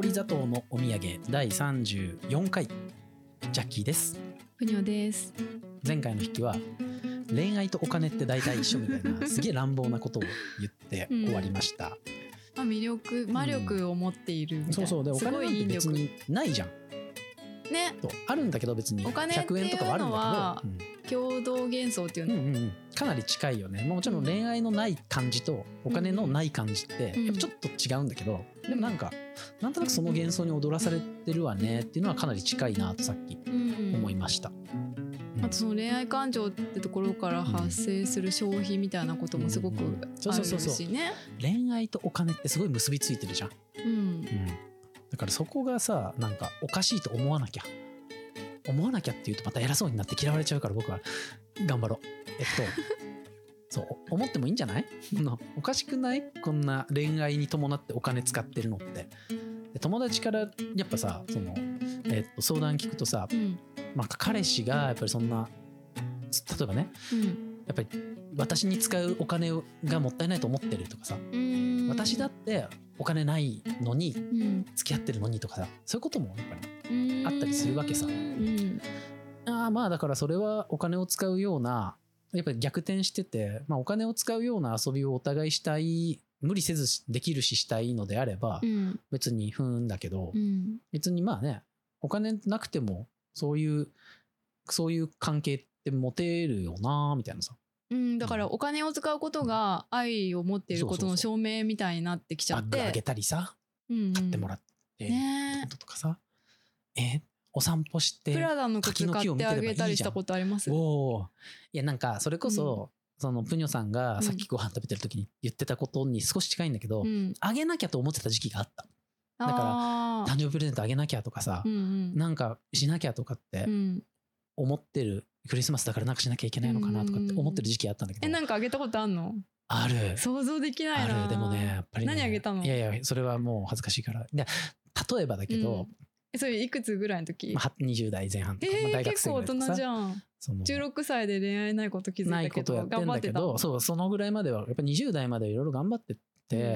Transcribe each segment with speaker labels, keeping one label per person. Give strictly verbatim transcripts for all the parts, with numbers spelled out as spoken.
Speaker 1: り砂糖のお土産だいさんじゅうよんかい、ジャッキーです。
Speaker 2: ふにょです。
Speaker 1: 前回の引きは恋愛とお金って大体一緒みたいなすげえ乱暴なことを言って終わりました、うん
Speaker 2: まあ、魅力魔力を持っているみたいな、うん、
Speaker 1: そうそうでお金なんて別にないじゃん
Speaker 2: ね、
Speaker 1: とあるんだけど別に
Speaker 2: お金っていうのは共同幻想っていうの、
Speaker 1: うんうんうん、かなり近いよね。もちろん恋愛のない感じとお金のない感じってやっぱちょっと違うんだけど、うん、でもなんかなんとなくその幻想に踊らされてるわねっていうのはかなり近いなとさっき思いました、うんうん、
Speaker 2: あとその恋愛感情ってところから発生する消費みたいなこともすごくあるしね。
Speaker 1: 恋愛とお金ってすごい結びついてるじゃん、うんうんだからそこがさなんかおかしいと思わなきゃ思わなきゃっていうとまた偉そうになって嫌われちゃうから僕は頑張ろう。えっとそう思ってもいいんじゃないおかしくない？こんな恋愛に伴ってお金使ってるのって。で友達からやっぱさその、えっと、相談聞くとさ、うんまあ、彼氏がやっぱりそんな例えばね、うん、やっぱり私に使うお金がもったいないと思ってるとかさ、私だってお金ないのに付き合ってるのにとかさ、そういうこともやっぱりあったりするわけさ、うん、あまあだからそれはお金を使うようなやっぱり逆転してて、まあ、お金を使うような遊びをお互いしたい無理せずできるししたいのであれば、うん、別に不運だけど、うん、別にまあねお金なくてもそういうそういう関係って持てるよなみたいなさ、うん、
Speaker 2: だからお金を使うことが愛を持っていることの証明みたいになってきちゃって、
Speaker 1: バッグあげたりさ、うんうん、買ってもらって、ね、とかさえお散歩して
Speaker 2: プラダの靴買ってあげたりしたことあります？
Speaker 1: おいやなんかそれこそ、うん、そのプニョさんがさっきご飯食べてる時に言ってたことに少し近いんだけど、うん、あげなきゃと思ってた時期があった。だから誕生日プレゼントあげなきゃとかさ、うんうん、なんかしなきゃとかって思ってる、クリスマスだからなんかしなきゃいけないのかなとかって思ってる時期あったんだけど、
Speaker 2: えなんかあげたことあんの？
Speaker 1: ある。
Speaker 2: 想像できないな。
Speaker 1: ある。でもねやっぱり、ね、
Speaker 2: 何あげたの？
Speaker 1: いやいやそれはもう恥ずかしいから。で例えばだけど、うん
Speaker 2: それいくつぐらいの時？
Speaker 1: まあ、にじゅう代前半とか、
Speaker 2: えー
Speaker 1: まあ、大学生ぐらいとかさ、
Speaker 2: 結構大人じゃん。そのじゅうろくさいで恋愛ないこと気づいたけど
Speaker 1: ないことやってんだけど、そうそのぐらいまではやっぱにじゅう代までいろいろ頑張ってって、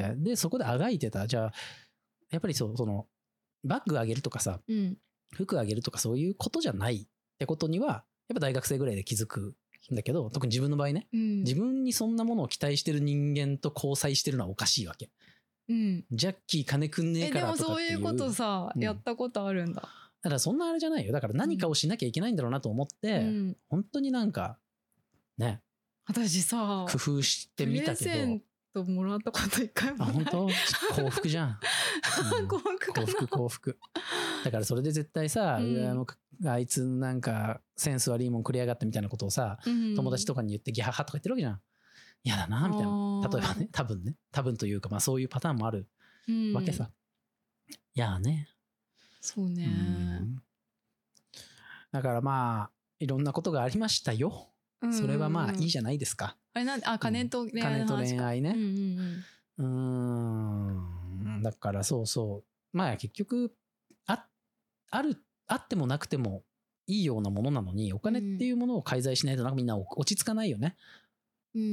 Speaker 1: うん、でそこであがいてた。じゃあやっぱりそうそのバッグあげるとかさ、うん、服あげるとかそういうことじゃないってことにはやっぱ大学生ぐらいで気づくんだけど、特に自分の場合ね、うん、自分にそんなものを期待してる人間と交際してるのはおかしいわけ。うん、ジャッキー金くんねえからとかっていう。
Speaker 2: えでもそういうことさ、うん、やったことあるんだ。
Speaker 1: だからそんなあれじゃないよ。だから何かをしなきゃいけないんだろうなと思って、うん、本当になんかね
Speaker 2: 私さ
Speaker 1: 工夫してみたけどプ
Speaker 2: レゼントもらったこと一回もない。
Speaker 1: あ本当幸福じゃん、
Speaker 2: うん、幸福かな。
Speaker 1: 幸福幸福だからそれで絶対さ、うん、あのあいつなんかセンス悪いもんくれやがったみたいなことをさ、うん、友達とかに言ってギャハハとか言ってるわけじゃん。嫌だなみたいな。例えばね多分ね多分というかまあそういうパターンもあるわけさ、うん、いやね
Speaker 2: そうね、うん、
Speaker 1: だからまあいろんなことがありましたよ、うんうんうん、それはまあいいじゃないですか。
Speaker 2: あれなんあ金と恋愛の話か、
Speaker 1: 金と恋愛ね、うんうんうん、うーんだからそうそうまあ結局 あ, あるあってもなくてもいいようなものなのにお金っていうものを介在しないとなんかみんな落ち着かないよね。
Speaker 2: うんうん、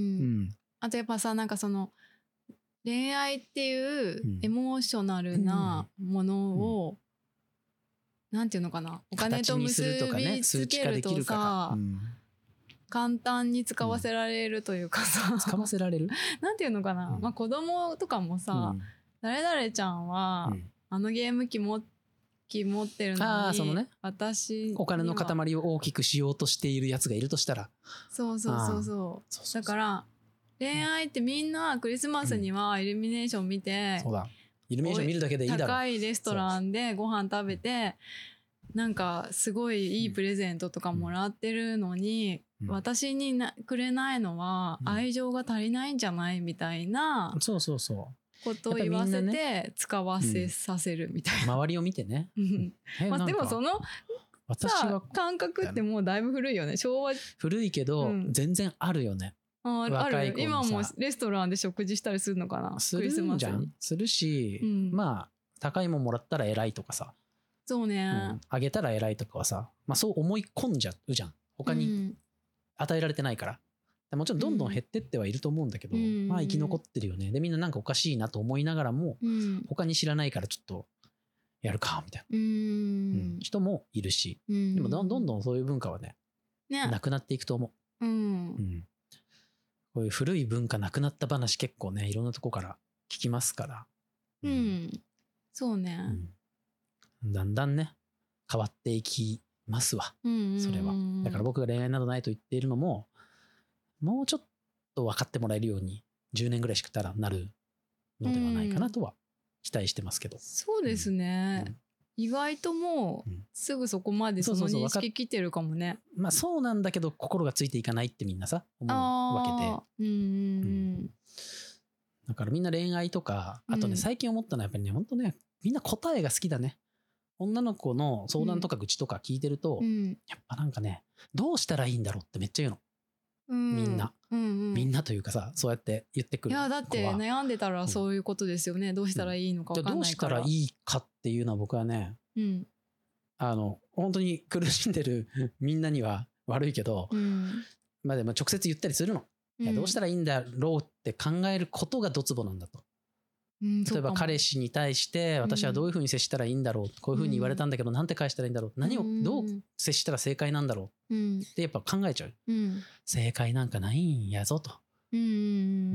Speaker 2: あとやっぱさなんかその恋愛っていうエモーショナルなものを、うんうんなんていうのかなお金と結びつけるとさ、ねうん、簡単に使わせられるというかさ、うん、
Speaker 1: 使わせられるなん
Speaker 2: ていうのかな、うんまあ、子供とかもさ、うん、誰々ちゃんは、うん、あのゲーム機も機持ってるのにあその、ね、私
Speaker 1: お金の塊を大きくしようとしているやつがいるとしたら
Speaker 2: そうそうそうそうだから恋愛ってみんなクリスマスにはイルミネーション見て、
Speaker 1: うん、そうだイルミネーション見るだけでいいだろう。
Speaker 2: 高いレストランでご飯食べてなんかすごいいいプレゼントとかもらってるのに、うん、私になくれないのは愛情が足りないんじゃないみたいなことを言わせて使わせさせるみたいな、
Speaker 1: 周りを見てね
Speaker 2: まあでもその私は感覚ってもうだいぶ古いよね。昭和
Speaker 1: 古いけど、うん、全然あるよね。
Speaker 2: あある今もレストランで食事したりするのかな。
Speaker 1: するんじゃんするし、うん、まあ高いもんもらったら偉いとかさ
Speaker 2: そうね、うん、
Speaker 1: あげたら偉いとかはさ、まあ、そう思い込んじゃうじゃん他に与えられてないから、うん、もちろんどんどん減ってってはいると思うんだけど、うん、まあ生き残ってるよね。でみんななんかおかしいなと思いながらも、うん、他に知らないからちょっとやるかみたいな、
Speaker 2: うん
Speaker 1: うん、人もいるし、うん、でもどんどんどんそういう文化は ね, ねなくなっていくと思う、うんうん、こういう古い文化なくなった話結構ねいろんなとこから聞きますから、
Speaker 2: うん、うん、そうね、
Speaker 1: うん、だんだんね変わっていきますわ、うんうんうん、それはだから僕が恋愛などないと言っているのももうちょっと分かってもらえるようにじゅうねんぐらいしたらなるのではないかなとは期待してますけど、うん、
Speaker 2: そうですね、うん、意外ともうすぐそこまでその認識来てるかもね、
Speaker 1: そうそうそう、まあそうなんだけど心がついていかないってみんなさ思うわけで、うんうんうん、だからみんな恋愛とかあとね、うん、最近思ったのはやっぱりね本当ねみんな答えが好きだね。女の子の相談とか愚痴とか聞いてると、うん、やっぱなんかねどうしたらいいんだろうってめっちゃ言うの、うん、みんな、うんうん、みんなというかさそうやって言ってくる子は。
Speaker 2: いやだって悩んでたらそういうことですよね、うん、どうしたらいいのか分かんないから、
Speaker 1: どうしたらいいかっていうのは僕はね、うん、あの本当に苦しんでるみんなには悪いけど、うん、まあでも直接言ったりするの、うん、いやどうしたらいいんだろうって考えることがドツボなんだと、うん、例えば彼氏に対して私はどういうふうに接したらいいんだろう、うん、こういうふうに言われたんだけどなんて返したらいいんだろう、何をどう接したら正解なんだろうってやっぱ考えちゃう、うん、正解なんかないんやぞと、うん、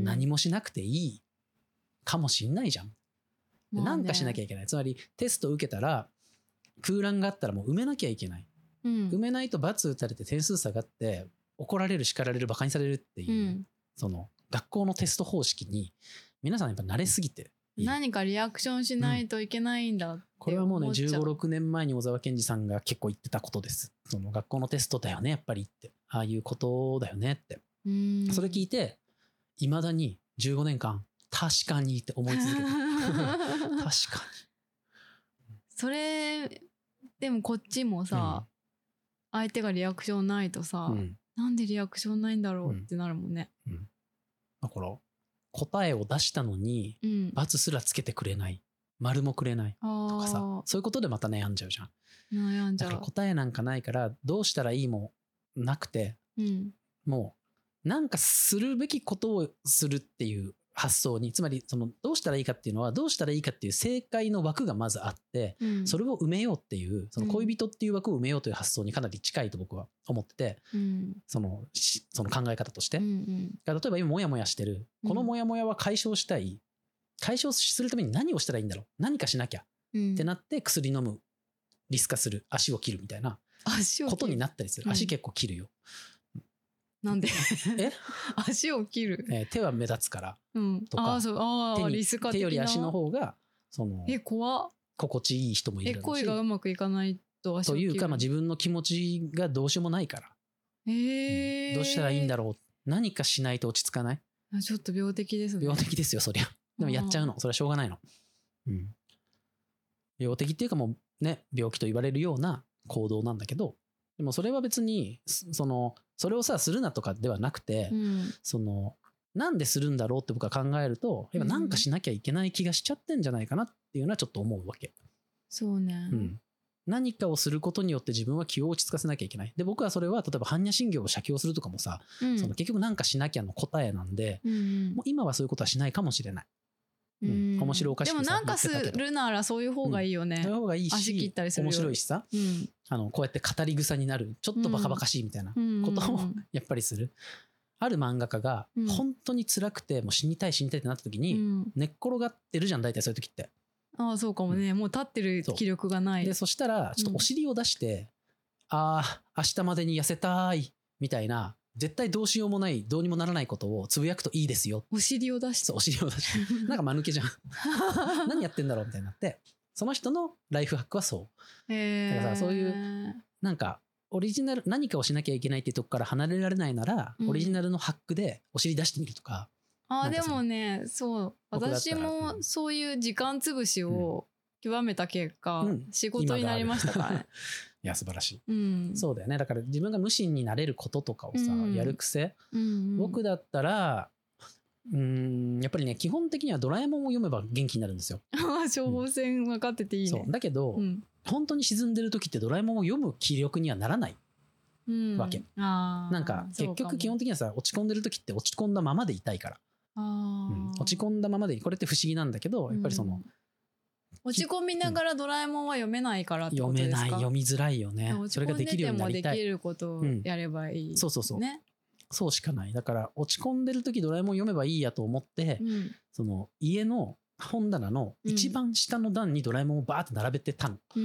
Speaker 1: 何もしなくていいかもしんないじゃん、でなんかしなきゃいけない、つまりテスト受けたら空欄があったらもう埋めなきゃいけない、うん、埋めないと罰打たれて点数下がって怒られる叱られるバカにされるっていう、うん、その学校のテスト方式に皆さんやっぱ慣れすぎて
Speaker 2: 何かリアクションしないといけないんだって、うん、
Speaker 1: これはもうねじゅうご、ろくねんまえに小沢健二さんが結構言ってたことです。その学校のテストだよねやっぱりってああいうことだよねって、うん、それ聞いていまだにじゅうごねんかん確かにって思い続けて確かに
Speaker 2: それでもこっちもさ、うん、相手がリアクションないとさ、うん、なんでリアクションないんだろうってなるもんね、うんうん、
Speaker 1: だから答えを出したのに、うん、罰すらつけてくれない丸もくれないとかさそういうことでまた悩んじゃうじゃん。
Speaker 2: 悩んじゃう。
Speaker 1: だから答えなんかないからどうしたらいいもなくて、うん、もうなんかするべきことをするっていう発想に、つまりそのどうしたらいいかっていうのはどうしたらいいかっていう正解の枠がまずあって、うん、それを埋めようっていうその恋人っていう枠を埋めようという発想にかなり近いと僕は思ってて、うん、そのその考え方として、うんうん、例えば今モヤモヤしてるこのモヤモヤは解消したい、解消するために何をしたらいいんだろう、何かしなきゃってなって薬飲む、リス化する、足を切るみたいなことになったりする。足結構切るよ、
Speaker 2: なんで
Speaker 1: え
Speaker 2: 足を切る、
Speaker 1: えー、手は目立つからとか、
Speaker 2: うん、あそうあ
Speaker 1: 手に
Speaker 2: リスカ的な
Speaker 1: 手より足の方がその
Speaker 2: え怖っ
Speaker 1: 心地いい人もいるし、
Speaker 2: え恋がうまくいかないと足を切る
Speaker 1: というか、まあ、自分の気持ちがどうしようもないから、
Speaker 2: えー
Speaker 1: うん、どうしたらいいんだろう、何かしないと落ち着かない。
Speaker 2: あちょっと病的ですね。
Speaker 1: 病的ですよそりゃ。でもやっちゃうの、それはしょうがないの、うん、病的っていうかもうね病気と言われるような行動なんだけど、でもそれは別にそのそれをさするなとかではなくて、うん、そのなんでするんだろうって僕は考えるとやっぱなんかしなきゃいけない気がしちゃってんじゃないかなっていうのはちょっと思うわけ。
Speaker 2: そうね、うん、
Speaker 1: 何かをすることによって自分は気を落ち着かせなきゃいけない。で僕はそれは例えば般若心経を写経するとかもさ、うん、その結局なんかしなきゃの答えなんで、うんうん、もう今はそういうことはしないかもしれない。うん、面白おかしくさ
Speaker 2: でもなんかするならそういう方がいいよね、
Speaker 1: うん、そういう方がいいし
Speaker 2: 足切ったりするよ
Speaker 1: 面白いしさ、うん、あのこうやって語り草になるちょっとバカバカしいみたいなことをやっぱりする、うん、ある漫画家が本当に辛くてもう死にたい死にたいってなった時に寝っ転がってるじゃん大体そういう時って。
Speaker 2: ああそうかもね、うん、もう立ってる気力がない。
Speaker 1: そ, でそしたらちょっとお尻を出して、うん、ああ明日までに痩せたいみたいな絶対どうしようもないどうにもならないことをつぶやくといいですよ。
Speaker 2: お尻を出して
Speaker 1: そうお尻を出してなんか間抜けじゃん何やってんだろうみたいになって、その人のライフハックはそう、へーだからさそういうなんかオリジナル何かをしなきゃいけないっていうとこから離れられないなら、うん、オリジナルのハックでお尻出してみるとか。
Speaker 2: あでもねそう私もそういう時間つぶしを極めた結果、うん、仕事になりましたからね
Speaker 1: いや素晴らしい、うん、そうだよね。だから自分が無心になれることとかをさ、うん、やる癖、うんうん、僕だったらうーんやっぱりね基本的にはドラえもんを読めば元気になるんですよ
Speaker 2: 処方箋分かってていいね、
Speaker 1: そうだけど、うん、本当に沈んでる時ってドラえもんを読む気力にはならないわけ、うん、あなんか結局基本的にはさ落ち込んでる時って落ち込んだままでいたいから、あ、うん、落ち込んだままでこれって不思議なんだけどやっぱりその、
Speaker 2: 落ち込みながらドラえもんは読めないからってことですか？
Speaker 1: 読めない、読みづらいよね。それができるようになりたい。
Speaker 2: 落ち込んでてもできることをやればいい、
Speaker 1: うん、そうそうそう、ね、そうしかない。だから落ち込んでる時ドラえもん読めばいいやと思って、うん、その家の本棚の一番下の段にドラえもんをバーって並べてたの、うん、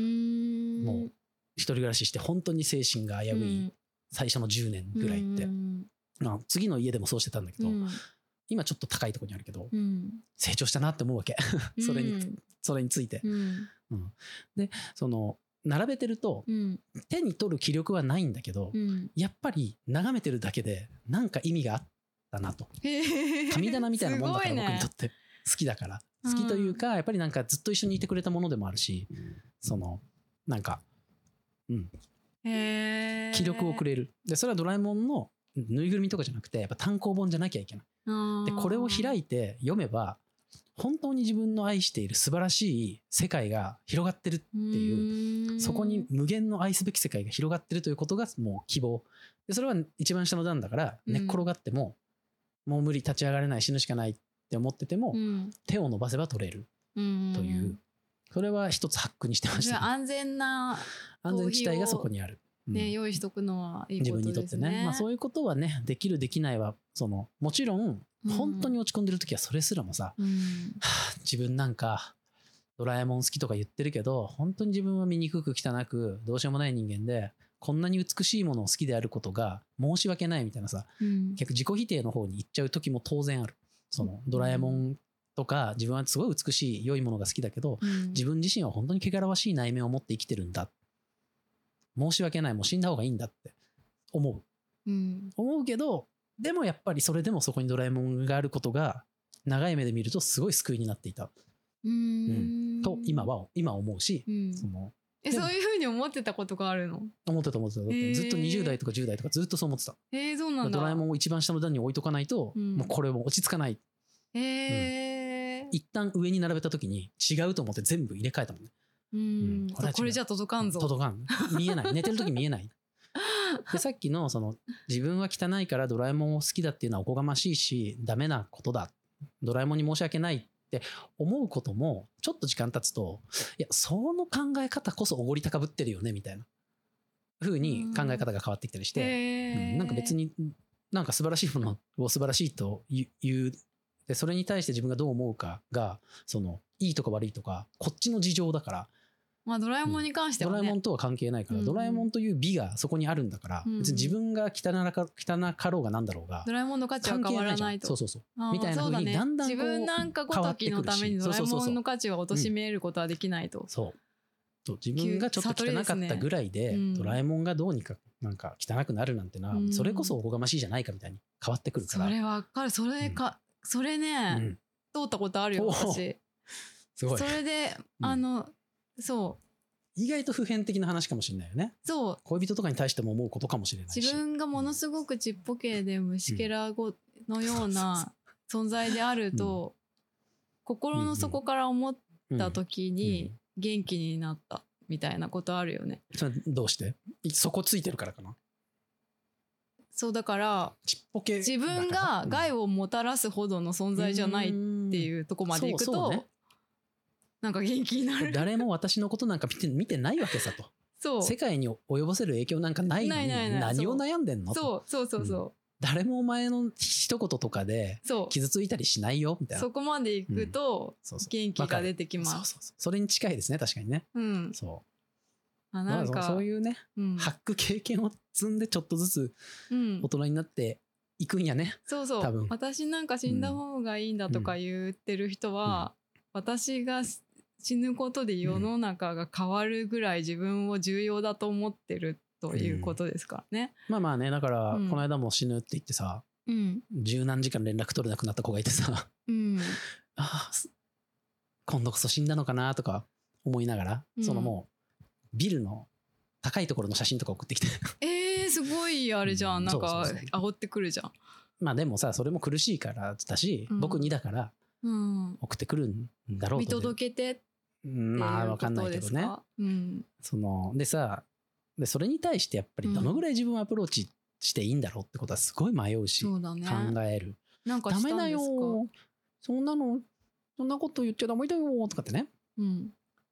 Speaker 1: もう一人暮らしして本当に精神が危うい最初のじゅうねんぐらいって、うん、まあ、次の家でもそうしてたんだけど、うん、今ちょっと高いところにあるけど、うん、成長したなって思うわけそれに、うん、それについて、うんうん、でその並べてると、うん、手に取る気力はないんだけど、うん、やっぱり眺めてるだけでなんか意味があったなと、神棚みたいなもんだから、僕にとって好きだから好きというか、やっぱりなんかずっと一緒にいてくれたものでもあるし、そのなんかうんへ気力をくれる。でそれはドラえもんのぬいぐるみとかじゃなくてやっぱ単行本じゃなきゃいけない。でこれを開いて読めば本当に自分の愛している素晴らしい世界が広がってるっていう、そこに無限の愛すべき世界が広がってるということがもう希望で、それは一番下の段だから寝っ転がっても、うん、もう無理、立ち上がれない、死ぬしかないって思ってても、うん、手を伸ばせば取れるという、それは一つハックにしてました、ね、
Speaker 2: 安全な
Speaker 1: 安全地帯がそこにある、
Speaker 2: ね、うん、用意しとくのはいいことですね。自分にとってね、
Speaker 1: まあ、そういうことはね、できるできないはそのもちろん本当に落ち込んでる時はそれすらもさ、うんはあ、自分なんかドラえもん好きとか言ってるけど本当に自分は醜く汚くどうしようもない人間で、こんなに美しいものを好きであることが申し訳ないみたいなさ、うん、結構自己否定の方に行っちゃう時も当然ある。そのドラえもんとか自分はすごい美しい良いものが好きだけど、うん、自分自身は本当に汚らわしい内面を持って生きてるんだ、申し訳ない、もう死んだ方がいいんだって思う、うん、思うけど、でもやっぱりそれでもそこにドラえもんがあることが長い目で見るとすごい救いになっていた、うーん、うん、と今は今思うし、うん、その
Speaker 2: えそういう風に思ってたことがあるの？
Speaker 1: 思ってた思ってた。だってずっとにじゅう代とかじゅう代とかずっとそう思ってた。
Speaker 2: えー、そうなんだ。
Speaker 1: ドラえもんを一番下の段に置いとかないと、うん、もうこれも落ち着かない。えーうん、一旦上に並べた時に違うと思って全部入れ替えたもんね。
Speaker 2: うん、うん、これ、これじゃ届かんぞ。
Speaker 1: 届かん。見えない。寝てる時見えない。でさっきのその自分は汚いからドラえもんを好きだっていうのはおこがましいしダメなことだ、ドラえもんに申し訳ないって思うこともちょっと時間経つと、いやその考え方こそおごり高ぶってるよねみたいな風に考え方が変わってきたりして、うんうん、なんか別になんか素晴らしいものを素晴らしいと言う、でそれに対して自分がどう思うかがそのいいとか悪いとかこっちの事情だから、
Speaker 2: まあ、ドラえもんに関してはね、
Speaker 1: ドラえもんとは関係ないから、うん、ドラえもんという美がそこにあるんだから、うん、別に自分が汚か、汚かろうがなんだろうが
Speaker 2: ドラえもんの価値は変わらないと、
Speaker 1: そうそうそうみたいな風にだんだんこう
Speaker 2: 自分なんかごときのためにドラえもんの価値を貶めることはできないと、
Speaker 1: そうそう自分がちょっと汚かったぐらいで、ね、ドラえもんがどうにかなんか汚くなるなんてのは、うん、それこそおこがましいじゃないかみたいに変わってくるから、
Speaker 2: それわかる、それか、うん、それね、うん、通ったことあるよ私。
Speaker 1: すごい。
Speaker 2: それで、うん、あのそう
Speaker 1: 意外と普遍的な話かもしれないよね。
Speaker 2: そう
Speaker 1: 恋人とかに対しても思うことかもしれないし、
Speaker 2: 自分がものすごくちっぽけで虫けらごのような存在であると、うん、心の底から思った時に元気になったみたいなことあるよね。
Speaker 1: それどうして？そこついてるからかな。
Speaker 2: そうだからちっぽけ自分が害をもたらすほどの存在じゃないっていうとこまでいくと、そうそうね、なんか元気になる。
Speaker 1: 誰も私のことなんか見て、見てないわけさと。そう。世界に及ぼせる影響なんかないのに何を悩んでんのと。
Speaker 2: そうそうそうそう、うん。
Speaker 1: 誰もお前の一言とかで傷ついたりしないよみたいな。
Speaker 2: そこまでいくと元気が出てきます。
Speaker 1: そうそうそう。それに近いですね、確かにね。うん。そう。あなんか、まあ、そういうね、うん、ハック経験を積んでちょっとずつ大人になっていくんやね。
Speaker 2: うん、そうそう。多分私なんか死んだ方がいいんだとか言ってる人は、うん、私が死ぬことで世の中が変わるぐらい自分を重要だと思ってるということですからね、
Speaker 1: うん、まあまあね、だからこの間も死ぬって言ってさ、うん、十何時間連絡取れなくなった子がいてさ、うん、ああ今度こそ死んだのかなとか思いながら、うん、そのもうビルの高いところの写真とか送ってきて
Speaker 2: えーすごいあれじゃん、うん、なんか煽ってくるじゃん。
Speaker 1: まあでもさそれも苦しいからだし、うん、僕にだから送ってくるんだろうと、
Speaker 2: 見届けて
Speaker 1: まあ分かんないけどね、うん、そのでさでそれに対してやっぱりどのぐらい自分をアプローチしていいんだろうってことはすごい迷うし、うん、ね、考える。
Speaker 2: なんかしたんですか？
Speaker 1: ダメだよそんなのそんなこと言っちゃダメだよとかってね、うん、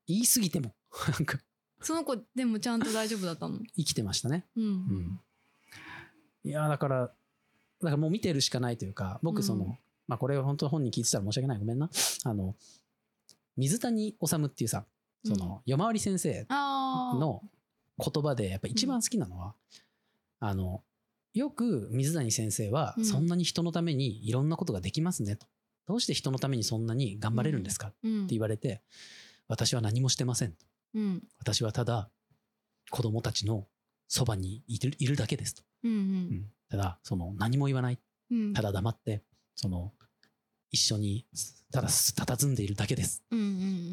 Speaker 1: 言い過ぎてもなんか
Speaker 2: その子でもちゃんと大丈夫だったの？
Speaker 1: 生きてましたね。
Speaker 2: うん、う
Speaker 1: ん、いやだからだからもう見てるしかないというか、僕その、うん、まあこれは本当本人聞いてたら申し訳ない、ごめんな。あの水谷治っていうさ、その夜回り先生の言葉でやっぱ一番好きなのは、うん、あのよく水谷先生はそんなに人のためにいろんなことができますねと、どうして人のためにそんなに頑張れるんですか、うん、って言われて、私は何もしてませんと、うん、私はただ子供たちのそばにいる、いるだけですと、うんうんうん、ただその何も言わない、うん、ただ黙ってその一緒にただ佇んでいるだけです、うんうんうん、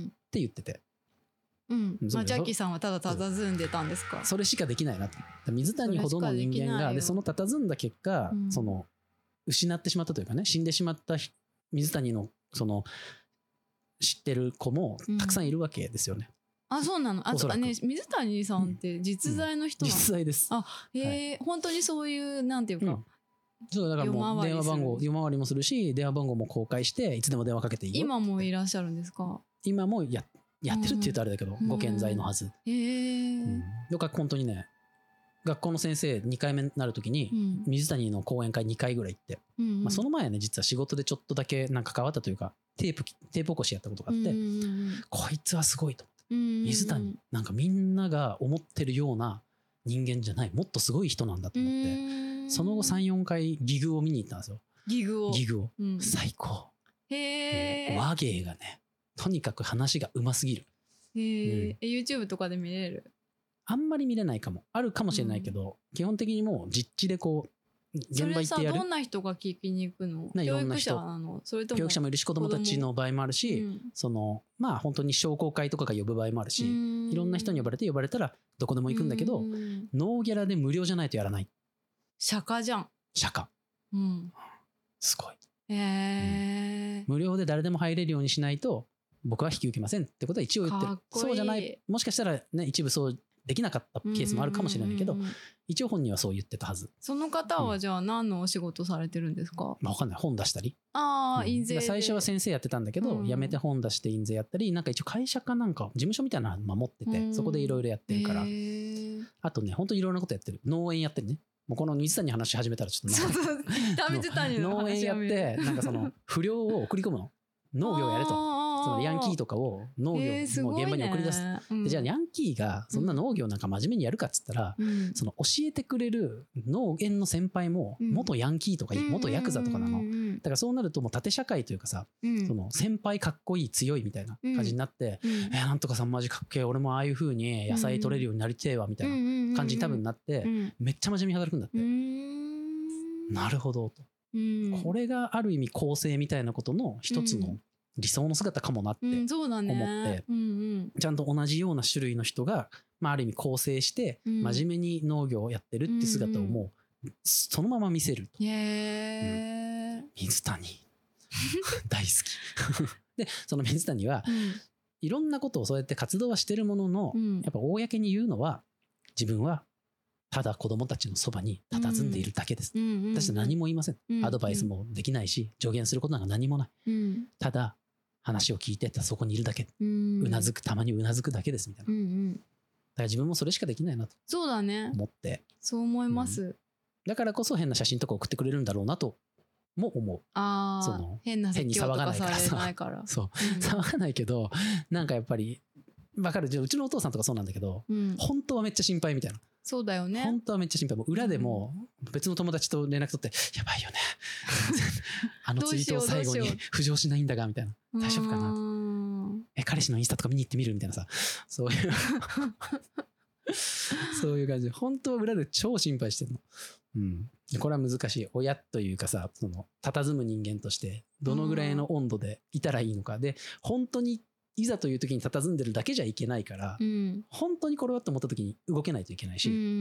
Speaker 1: って言ってて、
Speaker 2: うん、まあ、ジャッキーさんはただ佇んでたんですか？
Speaker 1: それしかできないなと。水谷ほどの人間が そ, でその佇んだ結果、うん、その失ってしまったというかね、死んでしまった水谷のその知ってる子もたくさんいるわけですよね、
Speaker 2: うん、あ、そうなの。あとね、水谷さんって実在の人なの？
Speaker 1: うん、実在です。
Speaker 2: あ、へえ、はい、本当にそういうなんていうか、うん、
Speaker 1: そうだからもう電話番号夜回りもするし、電話番号も公開していつでも電話かけていいよ。
Speaker 2: 今もいらっしゃるんですか？
Speaker 1: 今もややってるって言うとあれだけど、うん、ご健在のはず。へえ、うん。よく本当にね、学校の先生にかいめになるときに、うん、水谷の講演会にかいぐらい行って、うんうん、まあ、その前はね実は仕事でちょっとだけなんか関わったというかテープテープ起こしやったことがあって、うんうん、こいつはすごいと思って、うんうん、水谷なんかみんなが思ってるような人間じゃない、もっとすごい人なんだと思って、うん、その後 さん,よん 回ギグを見に行ったんですよ。
Speaker 2: ギグを
Speaker 1: ギグを、うん、最高。へえ。話芸がね、とにかく話がうますぎる。
Speaker 2: へえ、うん、YouTube とかで見れる？
Speaker 1: あんまり見れないかも、あるかもしれないけど、うん、基本的にもう実地でこう現場行ってやる。それさ、
Speaker 2: どんな人が聞きに行くの？教育者なの？それとも
Speaker 1: 教育者もいるし子供たちの場合もあるし、うん、そのまあ本当に商工会とかが呼ぶ場合もあるし、いろんな人に呼ばれて呼ばれたらどこでも行くんだけど、ノーギャラで無料じゃないとやらない。
Speaker 2: 釈迦じゃん。
Speaker 1: 釈迦、うん、すごい。
Speaker 2: へえ、
Speaker 1: うん、無料で誰でも入れるようにしないと僕は引き受けませんってことは一応言ってる。そうじゃない、もしかしたらね一部そうできなかったケースもあるかもしれないけど、一応本人はそう言ってたはず。
Speaker 2: その方はじゃあ何のお仕事されてるんですか？うん、
Speaker 1: まあ、分かんない。本出したり。
Speaker 2: ああ、うん、印税で。
Speaker 1: 最初は先生やってたんだけど、うん、辞めて本出して印税やったり、なんか一応会社かなんか事務所みたいなの守ってて、うん、そこでいろいろやってるから。あとね、本当にいろんなことやってる。農園やってるね。もうこの水谷の話始めたらちょっと
Speaker 2: 水谷の
Speaker 1: 農園やってなんかその不良を送り込むの。農業やれと。そのヤンキーとかを農業の現場に送り出す、えーすごいね。でじゃあヤンキーがそんな農業なんか真面目にやるかっつったら、うん、その教えてくれる農園の先輩も元ヤンキーとか、うん、元ヤクザとかなの、うん、だからそうなるともう縦社会というかさ、うん、その先輩かっこいい強いみたいな感じになって、うん、えー、なんとかさんマジかっけえ、俺もああいう風に野菜取れるようになりてえわみたいな感じに多分なって、うん、めっちゃ真面目に働くんだって、うん、なるほどと、うん、これがある意味構成みたいなことの一つの、うん、理想の姿かもなって思って、うん、そうだね。うんうん、ちゃんと同じような種類の人が、まあ、ある意味構成して真面目に農業をやってるって姿をもうそのまま見せると、うんうん、水谷大好きでその水谷は、うん、いろんなことをそうやって活動はしてるものの、うん、やっぱ公に言うのは自分はただ子供たちのそばに佇んでいるだけです、うん、私は何も言いません、うん、アドバイスもできないし助言することなんか何もない、うん、ただ話を聞いてそこにいるだけ、うん、うなずく、たまにうなずくだけですみたいな、うんうん、だから自分もそれしかできないなとそうだね思ってそう思います、うん、だからこそ変な写真とか送ってくれるんだろうなとも思う。あその変な説教とかされないからそう、うん、騒がないけどなんかやっぱり分かる、うちのお父さんとかそうなんだけど、うん、本当はめっちゃ心配みたいな。そうだよね。本当はめっちゃ心配。もう裏でも別の友達と連絡取って、うん、やばいよねあのツイートを最後に浮上しないんだがみたいな、大丈夫かな、え彼氏のインスタとか見に行ってみるみたいなさ、そういうそういう感じで本当は裏で超心配してるの。うん、これは難しい。親というかさ、その佇む人間としてどのぐらいの温度でいたらいいのかで、本当にいざという時に佇んでるだけじゃいけないから、うん、本当にこれはと思った時に動けないといけないし、うんうんうん、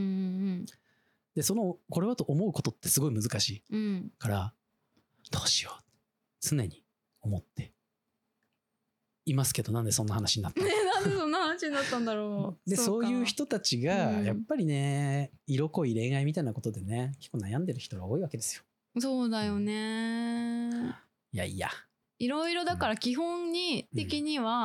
Speaker 1: でそのこれはと思うことってすごい難しい、うん、からどうしよう常に思っていますけど、なんでそんな話になったの、ね、なんでそんな話になったんだろうでそう、そういう人たちがやっぱりね、うん、色濃い恋愛みたいなことでね結構悩んでる人が多いわけですよ。そうだよね。いやいやいろいろだから基本に的には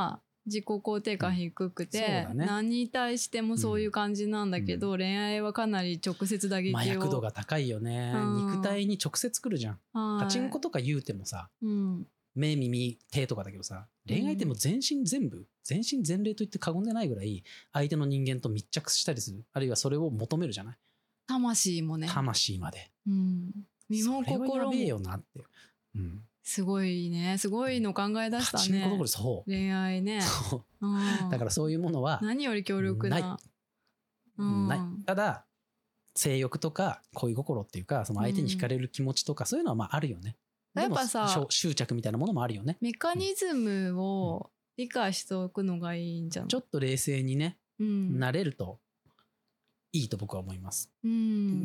Speaker 2: 自己肯定感低くて、うんね、何に対してもそういう感じなんだけど、うん、恋愛はかなり直接打撃を、
Speaker 1: 麻薬度が高いよね、うん、肉体に直接くるじゃん。パチンコとか言うてもさ、うん、目耳手とかだけどさ、恋愛ってもう全身全部、うん、全身全霊と言って過言でないぐらい相手の人間と密着したりする、あるいはそれを求めるじゃない。
Speaker 2: 魂もね、
Speaker 1: 魂まで、
Speaker 2: うん、身も心も
Speaker 1: それはやべえよなって、うん、
Speaker 2: すごいね、すごいの考え出したね。パチンコどころそう。恋愛ね。そう。
Speaker 1: だからそういうものは
Speaker 2: 何より強力な。
Speaker 1: ない。ない。ただ性欲とか恋心っていうか、その相手に惹かれる気持ちとか、うん、そういうのはまああるよね。
Speaker 2: やっぱさ、
Speaker 1: 執着みたいなものもあるよね。
Speaker 2: メカニズムを理解しておくのがいいんじゃない？
Speaker 1: ちょっと冷静にね、うん、なれるといいと僕は思います。うん、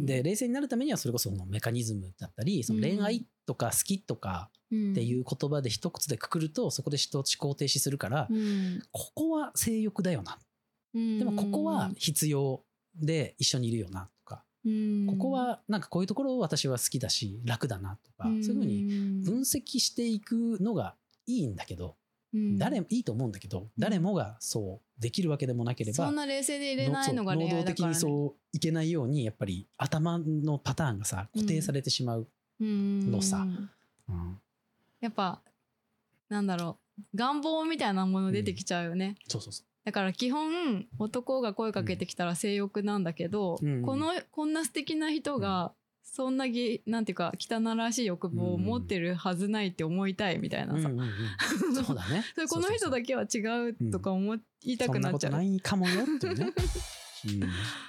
Speaker 1: で冷静になるためにはそれこそそのメカニズムだったり、その恋愛とか好きとかっていう言葉で一つでくくると、そこで思考停止するから、うん、ここは性欲だよな、うん、でもここは必要で一緒にいるよなとか、うん、ここはなんかこういうところを私は好きだし楽だなとか、うん、そういうふうに分析していくのがいいんだけど、うん、誰もいいと思うんだけど、誰もがそうできるわけでもなければ、
Speaker 2: そんな冷静でいれないのが恋愛だからね。能動的に
Speaker 1: そういけないようにやっぱり頭のパターンがさ固定されてしまうのさ、うんうん、
Speaker 2: やっぱなんだろう、願望みたいなもの出てきちゃうよね、うん、
Speaker 1: そうそうそう。
Speaker 2: だから基本男が声かけてきたら性欲なんだけど、うん、このこんな素敵な人がそんなぎなんていうか汚らしい欲望を持ってるはずないって思いたいみたいなさ、うんうんうん、そうだねこの人だけは違うとか思いたくなっちゃう、うん、そんなことない
Speaker 1: かもよっていうね、うん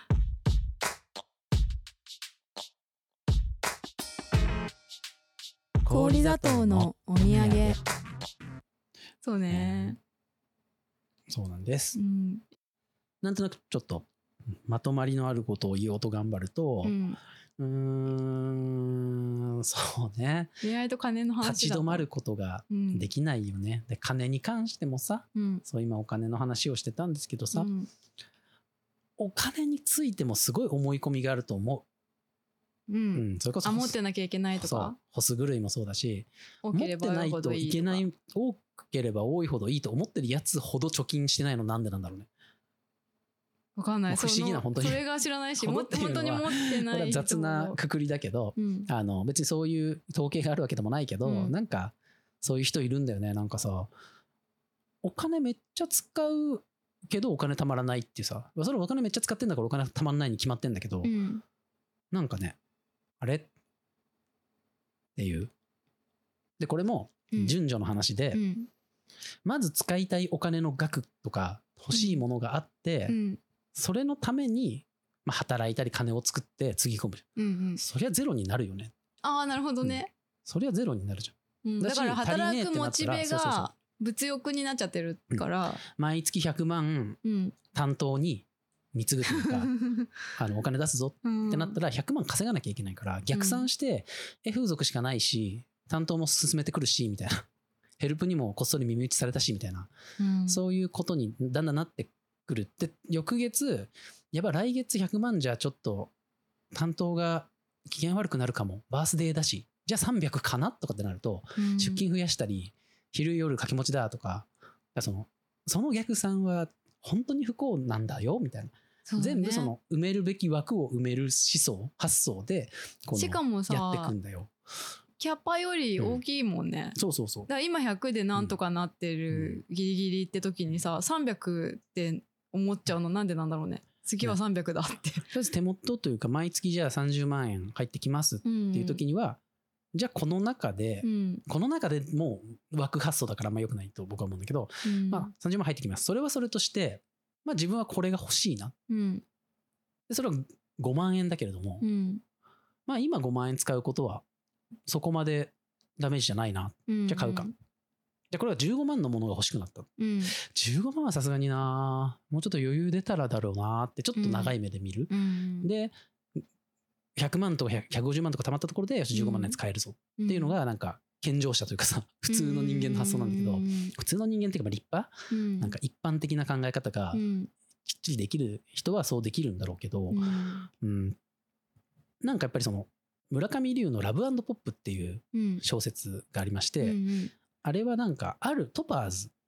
Speaker 2: 氷砂糖のお土産。そうね、
Speaker 1: そうなんです、うん、なんとなくちょっとまとまりのあることを言おうと頑張ると、うん、うーんそうね、
Speaker 2: 恋愛と金の話だ、
Speaker 1: 立ち止まることができないよね、うん、で金に関してもさ、うん、そう今お金の話をしてたんですけどさ、うん、お金についてもすごい思い込みがあると思う。
Speaker 2: うんうん、それこそ持ってなきゃいけないとか、
Speaker 1: ホス狂いもそうだし、持ってないといけない、多ければ多いほどいいと思ってるやつほど貯金してないのなんでなんだろうね。
Speaker 2: わかんない。
Speaker 1: 不思議な、本当に
Speaker 2: それが知らないし、本当に持ってない。これ
Speaker 1: 雑なくくりだけど、うん、あの別にそういう統計があるわけでもないけど、うん、なんかそういう人いるんだよね。なんかさ、お金めっちゃ使うけどお金たまらないっていうさ、それお金めっちゃ使ってんだからお金たまらないに決まってんだけど、うん、なんかね、あれっていう。でこれも順序の話で、うんうん、まず使いたいお金の額とか欲しいものがあって、うん、それのために、まあ、働いたり金を作ってつぎ込む、うんうん、そりゃゼロになるよね。
Speaker 2: ああなるほどね、
Speaker 1: うん、そりゃゼロになるじゃん、うん、だ, だから
Speaker 2: 働くモチベが物欲になっちゃってるから、うん、
Speaker 1: 毎月ひゃくまん担当に貢ぐというか、うん、あのお金出すぞってなったらひゃくまん稼がなきゃいけないから逆算して、うん、え風俗しかないし担当も進めてくるしみたいな、ヘルプにもこっそり耳打ちされたしみたいな、うん、そういうことにだんだんなってくるって、翌月やっぱ来月ひゃくまんじゃちょっと担当が機嫌悪くなるかも、バースデーだしじゃあさんびゃくかなとかってなると、うん、出勤増やしたり昼夜掛け持ちだとか、そのその逆算は本当に不幸なんだよみたいな、ね、全部その埋めるべき枠を埋める思想発想でこのやってくんだよ。
Speaker 2: キャパより大きいもんね、
Speaker 1: うん、そうそうそう。
Speaker 2: だから今ひゃくでなんとかなってるギリギリって時にさ、さんびゃくって思っちゃうのなんでなんだろうね。次はさんびゃくだって、ね、とり
Speaker 1: あえず手元というか毎月じゃあさんじゅうまんえん入ってきますっていう時には、うん、じゃあこの中で、うん、この中でもう枠発想だからあんま良くないと僕は思うんだけど、うん、まあさんじゅうまん入ってきます。それはそれとしてまあ自分はこれが欲しいな、うん、でそれはごまんえんだけれども、うん、まあ今ごまんえん使うことはそこまでダメージじゃないな、うんうん、じゃあ買うか。でこれはじゅうごまんのものが欲しくなった、うん、じゅうごまんはさすがにな、もうちょっと余裕出たらだろうなってちょっと長い目で見る、うん、でひゃくまんとかひゃくごじゅうまんとか貯まったところでよしじゅうごまんのやつ買えるぞっていうのがなんか健常者というかさ、普通の人間の発想なんだけど、うん、普通の人間っていうか立派、うん、なんか一般的な考え方がきっちりできる人はそうできるんだろうけど、うんうん、なんかやっぱりその村上龍のラブ&ポップっていう小説がありまして、うんうん、あれはなんかあるトパーズ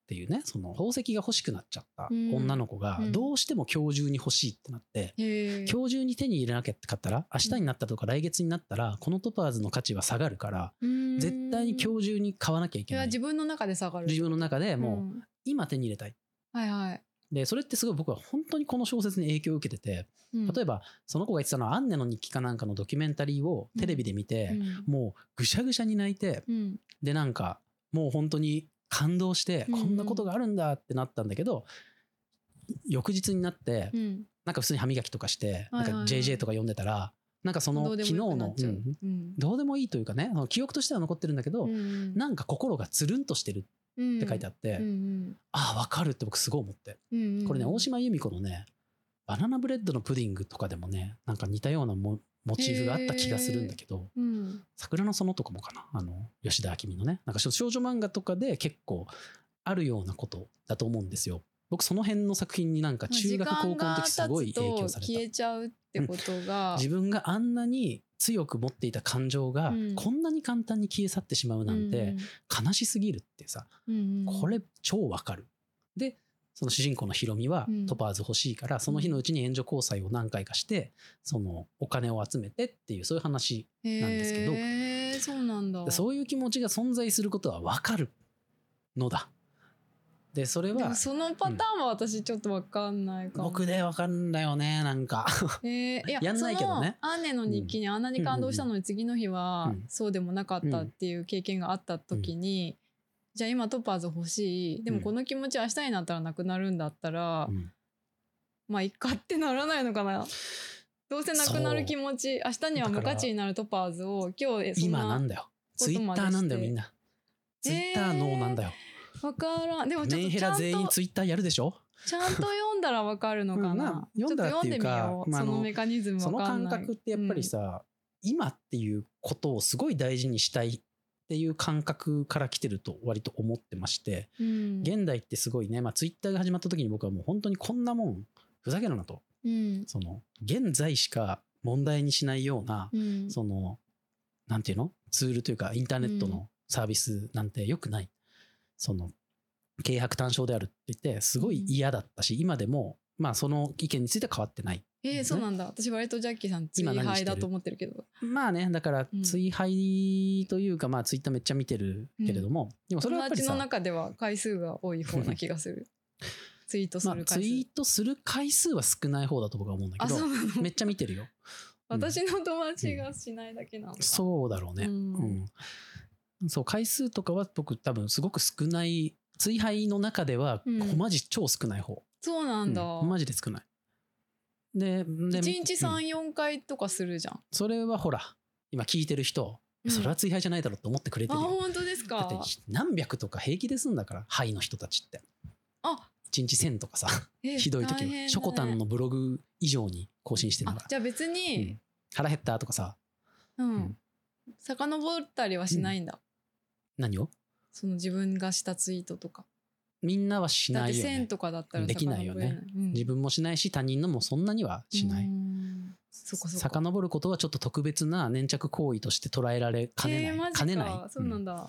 Speaker 1: っていうね、その宝石が欲しくなっちゃった女の子がどうしても今日中に欲しいってなって、うん、今日中に手に入れなきゃって買ったら明日になったとか来月になったらこのトパーズの価値は下がるから、うん、絶対に今日中に買わなきゃいけない。
Speaker 2: 自分の中で下がる。
Speaker 1: 自分の中でもう今手に入れたい、
Speaker 2: うん、はいはい。
Speaker 1: でそれってすごい僕は本当にこの小説に影響を受けてて、うん、例えばその子が言ってたのはアンネの日記かなんかのドキュメンタリーをテレビで見て、うん、もうぐしゃぐしゃに泣いて、うん、でなんかもう本当に感動してこんなことがあるんだってなったんだけど、うん、翌日になって、うん、なんか普通に歯磨きとかして、うん、なんか ジェイジェー とか読んでたらなんかその昨日のどうでもいいというかね、記憶としては残ってるんだけど、うん、なんか心がつるんとしてるって書いてあって、うんうん、ああ分かるって僕すごい思って、うんうん、これね大島優美子のねバナナブレッドのプディングとかでもねなんか似たようなモチーフがあった気がするんだけど、うん、桜の園とかもかな、あの吉田明美のねなんか少女漫画とかで結構あるようなことだと思うんですよ。僕その辺の作品になんか中学高校の時すごい影響された。
Speaker 2: 消えちゃうってことが、
Speaker 1: うん、自分があんなに強く持っていた感情がこんなに簡単に消え去ってしまうなんて悲しすぎるってさ、うんうん、これ超わかる。でその主人公のヒロミはトパーズ欲しいから、うん、その日のうちに援助交際を何回かしてそのお金を集めてっていうそういう話なんですけど、
Speaker 2: へー、そうなんだ。
Speaker 1: そういう気持ちが存在することはわかるのだ。でそれはでも
Speaker 2: そのパターンは私ちょっとわかんないかも、
Speaker 1: うん、僕でわかんだよねなんか
Speaker 2: えー、いや
Speaker 1: やんないけどね。
Speaker 2: そのアンネの日記にあんなに感動したのに次の日はそうでもなかったっていう経験があった時に、うん、じゃあ今トパーズ欲しいでもこの気持ち明日になったらなくなるんだったら、うん、まあいっかってならないのかな。どうせなくなる気持ち明日には無価値になるトパーズを今日そんな
Speaker 1: 今なんだよツイッターなんだよみんなツイッター脳なんだよ。
Speaker 2: わからん。でもちょっと
Speaker 1: メンヘラ全員ツイッターやるでしょ。
Speaker 2: ちゃんと読んだらわかるのかな、うんまあ、
Speaker 1: 読んだらっていうか、
Speaker 2: まあ、そのメカニズムわかんない。
Speaker 1: その感覚ってやっぱりさ、うん、今っていうことをすごい大事にしたいっていう感覚から来てると割と思ってまして、うん、現代ってすごいね、まあ、ツイッターが始まった時に僕はもう本当にこんなもんふざけるなと、うん、その現在しか問題にしないような、うん、そのなんていうのツールというかインターネットのサービスなんて良くない、その軽薄短小であるって言ってすごい嫌だったし、うん、今でもまあその意見については変わってない、ね、
Speaker 2: えー、そうなんだ。私割とジャッキーさん追廃だと思ってるけど。
Speaker 1: まあねだから追廃というか、うん、まあツイッターめっちゃ見てるけれども、うん、でもそれはやっぱりさ
Speaker 2: 友達の中では回数が多い方な気がするツイートする回数、まあ、ツイートする
Speaker 1: 回数は少ない方だと僕は思うんだけどめっちゃ見てるよ
Speaker 2: 私の友達がしないだけなのか、
Speaker 1: うん、そうだろうね、うんうん、そう回数とかは僕多分すごく少ない追廃の中では、うん、マジ超少ない方。
Speaker 2: そうなんだ、
Speaker 1: うん、マジで少ないでで
Speaker 2: いちにち さん,よん 回とかするじゃん。
Speaker 1: それはほら今聞いてる人、うん、それは追廃じゃないだろうと思ってくれてるよ。
Speaker 2: あ本当ですか。
Speaker 1: だって何百とか平気で済んだから廃の人たちって
Speaker 2: あ
Speaker 1: いちにちせんとかさひどい時は、ね、ショコタンのブログ以上に更新してるから。
Speaker 2: じゃあ別に、うん、
Speaker 1: 腹減ったとかさ
Speaker 2: うん、うん、遡ったりはしないんだ、うん、
Speaker 1: 何を
Speaker 2: その自分がしたツイートとか
Speaker 1: みんなはしないよね。
Speaker 2: だってせんとかだったら
Speaker 1: できないよね、うん、自分もしないし他人のもそんなにはしない。
Speaker 2: そこそこ
Speaker 1: 遡ることはちょっと特別な粘着行為として捉えられかねない、えー、かねない。
Speaker 2: そうなんだ、うん、
Speaker 1: から、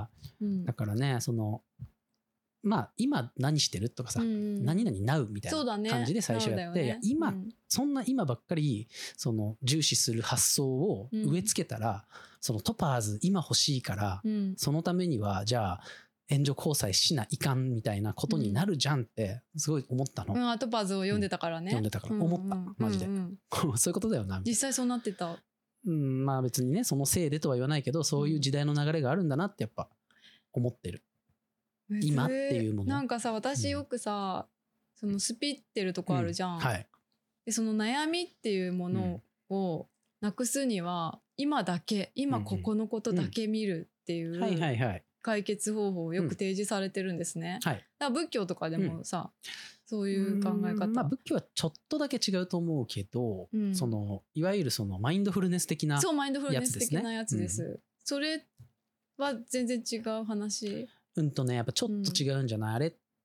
Speaker 1: うん、だからねそのまあ今何してるとかさ、うん、何々なうみたいな感じで最初やって、ねね、今、うん、そんな今ばっかりその重視する発想を植え付けたら、うん、そのトパーズ今欲しいから、うん、そのためにはじゃあ援助交際しないかんみたいなことになるじゃんってすごい思ったの、
Speaker 2: うん、トパーズを読んでたからね、
Speaker 1: うん、読んでたから思った、うんうん、マジで、うんうん、そういうことだよな。
Speaker 2: 実際そうなってた、
Speaker 1: うん、まあ別にねそのせいでとは言わないけどそういう時代の流れがあるんだなってやっぱ思ってる、今っていうもの。
Speaker 2: なんかさ私よくさ、うん、そのスピってるとこあるじゃん、うんはい、でその悩みっていうものをなくすには今だけ今ここのことだけ見るっていう解決方法をよく提示されてるんですね、うんはい、だから仏教とかでもさ、うん、そういう考え方、
Speaker 1: まあ、仏教はちょっとだけ違うと思うけど、うん、そのいわゆるそのマインドフルネス的なやつですね。
Speaker 2: そうマインドフルネス的なやつです、うん、それは全然違う話。
Speaker 1: うんとねやっぱちょっと違うんじゃない、うん、あれっ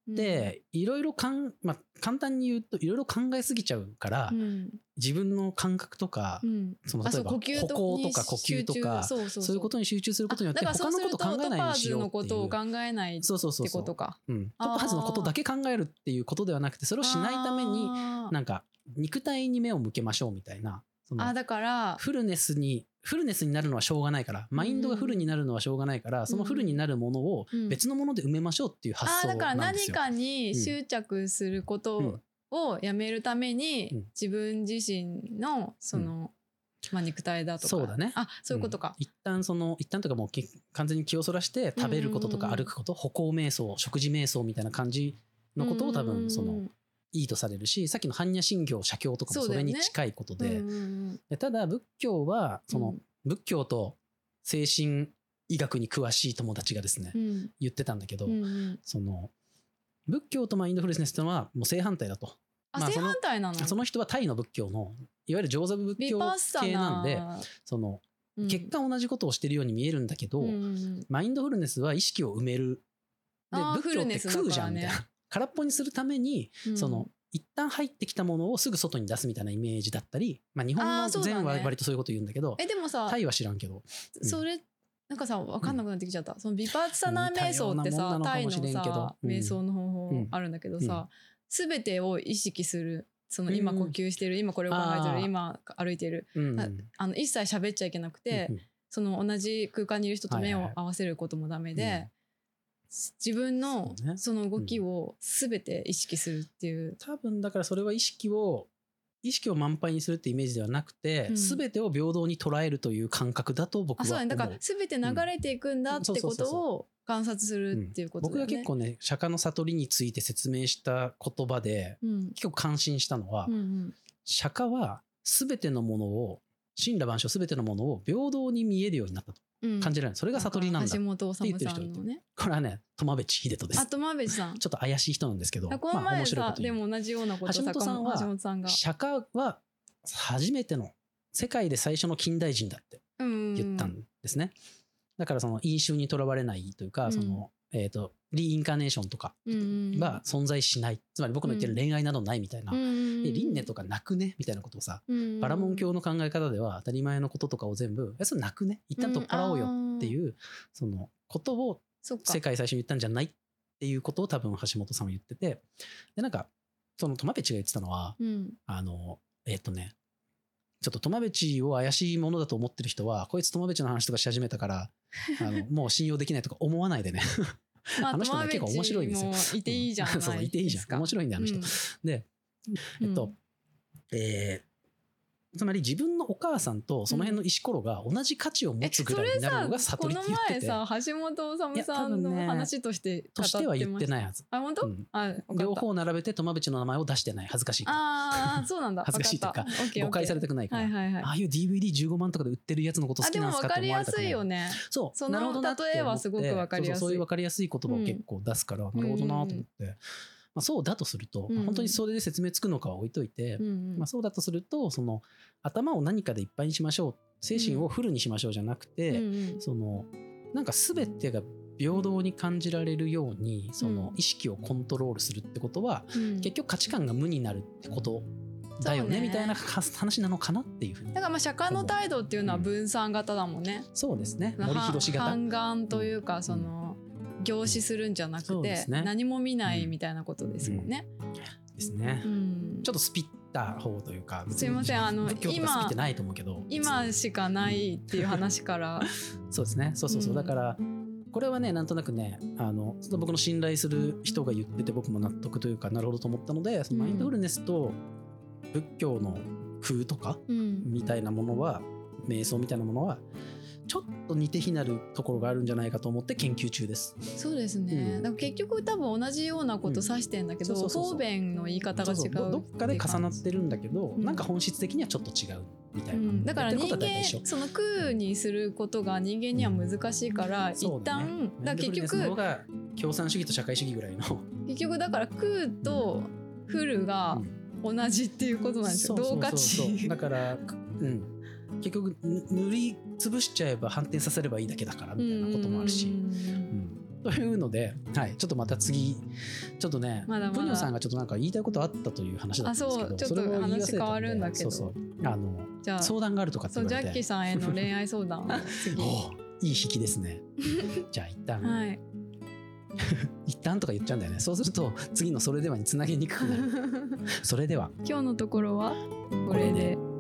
Speaker 1: っていろいろかん、まあ、簡単に言うといろいろ考えすぎちゃうから、うん、自分の感覚とか、うん、その例えば歩行とか呼吸とかそういうことに集中することによって他のこと考えないようにしようっていう。トパーズのことを考えないってことか。トパーズのことだけ考えるっていうことではなくてそれをしないためになんか肉体に目を向けましょうみたいな。その
Speaker 2: あだから
Speaker 1: フルネスにフルネスになるのはしょうがないからマインドがフルになるのはしょうがないから、うん、そのフルになるものを別のもので埋めましょうっていう発想なんですよ。
Speaker 2: あだから何かに執着することをやめるために、うん、自分自身のその、うんまあ、肉体だとか
Speaker 1: そうだね
Speaker 2: あそういうことか、
Speaker 1: うん、一旦その一旦とかもう完全に気をそらして食べることとか歩くこと、うんうんうん、歩行瞑想食事瞑想みたいな感じのことを多分その、うんうんいいとされるしさっきの般若心経写経とかもそれに近いこと で, で、ねうんうん、でただ仏教はその、うん、仏教と精神医学に詳しい友達がですね、うん、言ってたんだけど、うんうん、その仏教とマインドフルネスっていうのはもう正反対だと。
Speaker 2: あ、まあ、正反対なの？
Speaker 1: その人はタイの仏教のいわゆる上座部仏教系なんでその、うん、結果同じことをしてるように見えるんだけど、うんうん、マインドフルネスは意識を埋めるで仏教って空じゃんみたいな空っぽにするために、うん、その一旦入ってきたものをすぐ外に出すみたいなイメージだったり、まあ、日本の禅は割とそういうこと言うんだけど、
Speaker 2: えでもさ
Speaker 1: タイは知らんけど、
Speaker 2: うん、それなんかさ分かんなくなってきちゃった、うん、そのビパッサナー瞑想ってさ、うん、タイのさ、うん、瞑想の方法あるんだけどさ、うん、全てを意識するその今呼吸してる、うん、今これを考えてる今歩いてる、うん、ああの一切喋っちゃいけなくて、うん、その同じ空間にいる人と目を合わせることもダメで、はいはいうん自分のその動きを全て意識するっていう、うん、
Speaker 1: 多分だからそれは意識を意識を満杯にするってイメージではなくて、うん、全てを平等に捉えるという感覚だと僕は思う。あ、そうね、
Speaker 2: だから全て流れていくんだってことを観察するっていうことだよね。
Speaker 1: 僕が結構ね釈迦の悟りについて説明した言葉で、うん、結構感心したのは、うんうん、釈迦は全てのものを神羅万象全てのものを平等に見えるようになったと感じられる、うん、それが悟りなんだって言ってる人がいて、ね、これはね苫部秀人です。
Speaker 2: あ苫部さん
Speaker 1: ちょっと怪しい人なんですけど、
Speaker 2: この前さ、まあ、でも同じようなこと
Speaker 1: 橋本さんは
Speaker 2: 橋本さんが
Speaker 1: 釈迦は初めての世界で最初の近代人だって言ったんですね。だからその因習にとらわれないというか、うん、そのえーとリインカーネーションとかは存在しない、うん、つまり僕の言ってる恋愛などないみたいな、うん、で輪廻とかなくねみたいなことをさ、うん、バラモン教の考え方では当たり前のこととかを全部それなくね一旦取っ払おうよっていう、うん、そのことを世界最初に言ったんじゃないっていうことを多分橋本さんは言ってて、でなんかそのトマベチが言ってたのは、うん、あのえっ、ー、とねちょっとトマベチを怪しいものだと思ってる人はこいつトマベチの話とかし始めたからあのもう信用できないとか思わないでね
Speaker 2: まあ、あの人ね結構面白いんですよ。もいていいじゃないですか。
Speaker 1: そういていいじゃん面白いんだあの人、うん、でえっと、うん、えー、つまり自分のお母さんとその辺の石ころが同じ価値を持つぐらいになるのが悟りって言ってて、
Speaker 2: この前さ橋本治さんの話として語ってました。
Speaker 1: としては言ってないはず。
Speaker 2: あ本当、うん、あ
Speaker 1: 両方並べて苫部の名前を出してない恥ずかしいから。
Speaker 2: ああそうなんだ
Speaker 1: 恥ずかしいというか誤解されたくないから、
Speaker 2: はいはいはい、
Speaker 1: ああいう ディーブイディーじゅうごまんとかで売ってるやつのこと好きなんですかって思われたくない。
Speaker 2: あでも分かりやすいよね。
Speaker 1: そう
Speaker 2: その例えはすごく分かりやすい。
Speaker 1: そうそうそういう分かりやすい言葉を結構出すから、うん、なるほどなと思って、うんまあ、そうだとすると、うん、本当にそれで説明つくのかは置いといて、うんまあ、そうだとするとその頭を何かでいっぱいにしましょう精神をフルにしましょうじゃなくて、うん、そのなんか全てが平等に感じられるようにその意識をコントロールするってことは、うん、結局価値観が無になるってことだよね、ねみたいな話なのかなっていうふうに。
Speaker 2: だからまあ釈迦の態度っていうのは分散型だもんね、
Speaker 1: うん、そうですね森広型
Speaker 2: 半眼というかその、うん凝視するんじゃなくて、ね、何も見ないみたいなことですもんね、
Speaker 1: うんうん、ですね、うん、ちょっとスピった方というか
Speaker 2: すいませんあの
Speaker 1: 今てないと思うけど
Speaker 2: 今しかないっていう話から
Speaker 1: そうですねそうそうそう、うん、だからこれはねなんとなくねあの僕の信頼する人が言ってて僕も納得というかなるほどと思ったのでそのマインドフルネスと仏教の空とかみたいなものは、うん、瞑想みたいなものはちょっと似て非なるところがあるんじゃないかと思って研究中です。
Speaker 2: そうですね、うん、だから結局多分同じようなこと指してんだけど、うん、方便の言い方が違う。そうそう
Speaker 1: どっかで重なってるんだけど、うん、なんか本質的にはちょっと違うみたいな、うん、
Speaker 2: だから人間その空にすることが人間には難しいから、うん、一旦、ね、だから結局
Speaker 1: 共産主義と社会主義ぐらいの結
Speaker 2: 局だから空とフルが同じっていうことなんですよ、同価値
Speaker 1: だからうん結局塗りつぶしちゃえば反転させればいいだけだからみたいなこともあるし、うんというので、はい、ちょっとまた次ちょっとね
Speaker 2: まだまだ
Speaker 1: ブニョさんがちょっとなんか言いたいことあったという話だったんですけど、
Speaker 2: あそうちょっと話変わるんだけど、
Speaker 1: そうそうあのじゃあ相談があるとかって言われて、
Speaker 2: そうジャッキーさんへの恋愛相談を次い
Speaker 1: い引きですねじゃあ一旦、
Speaker 2: はい、
Speaker 1: 一旦とか言っちゃうんだよね。そうすると次のそれではにつなげにくくなるそれでは
Speaker 2: 今日のところはこれで。